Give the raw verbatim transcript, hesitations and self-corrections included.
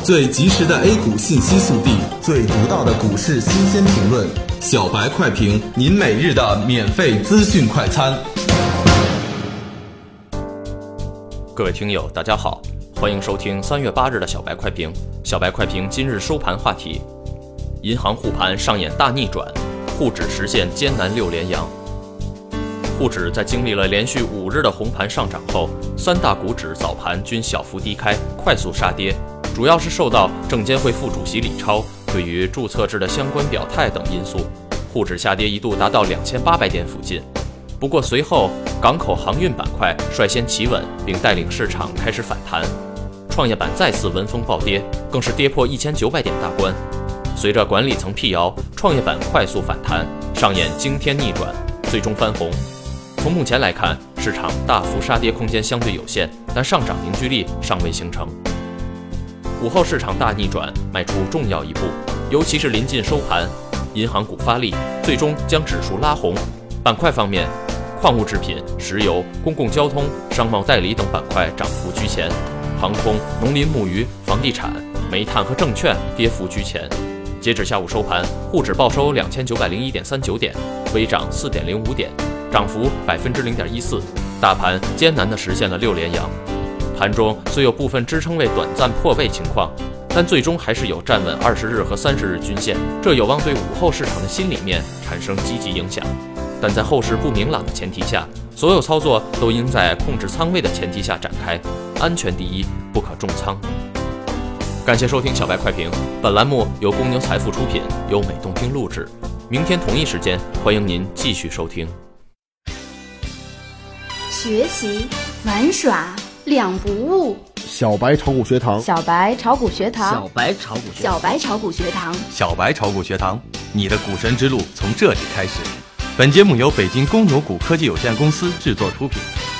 最及时的 A 股信息速递， 最独到的股市新鲜评论， 小白快评，您每日的免费资讯快餐。 各位听友，大家好，欢迎收听三月八日的小白快评。小白快评今日收盘话题：银行护盘上演大逆转，沪指实现艰难六连阳。沪指在经历了连续五日的红盘上涨后，三大股指早盘均小幅低开，快速杀跌，主要是受到证监会副主席李超对于注册制的相关表态等因素，沪指下跌一度达到两千八百点附近。不过随后港口航运板块率先企稳，并带领市场开始反弹，创业板再次闻风暴跌，更是跌破一千九百点大关。随着管理层辟谣，创业板快速反弹，上演惊天逆转，最终翻红。从目前来看，市场大幅杀跌空间相对有限，但上涨凝聚力尚未形成。午后市场大逆转，迈出重要一步，尤其是临近收盘，银行股发力，最终将指数拉红。板块方面，矿物制品、石油、公共交通、商贸代理等板块涨幅居前，航空、农林牧渔、房地产、煤炭和证券跌幅居前。截至下午收盘，沪指报收两千九百零一点三九点，微涨四点零五点，涨幅百分之零点一四。大盘艰难地实现了六连阳。盘中虽有部分支撑位短暂破位情况，但最终还是有站稳二十日和三十日均线，这有望对午后市场的心理面产生积极影响。但在后市不明朗的前提下，所有操作都应在控制仓位的前提下展开，安全第一，不可重仓。感谢收听小白快评，本栏目由公牛财富出品，由美动听录制。明天同一时间，欢迎您继续收听。 学习玩耍两不误， 小白炒股学堂， 小白炒股学堂， 小白炒股学小白炒股学堂， 小白炒股学堂，你的股神之路从这里开始。本节目由北京公牛股科技有限公司制作出品。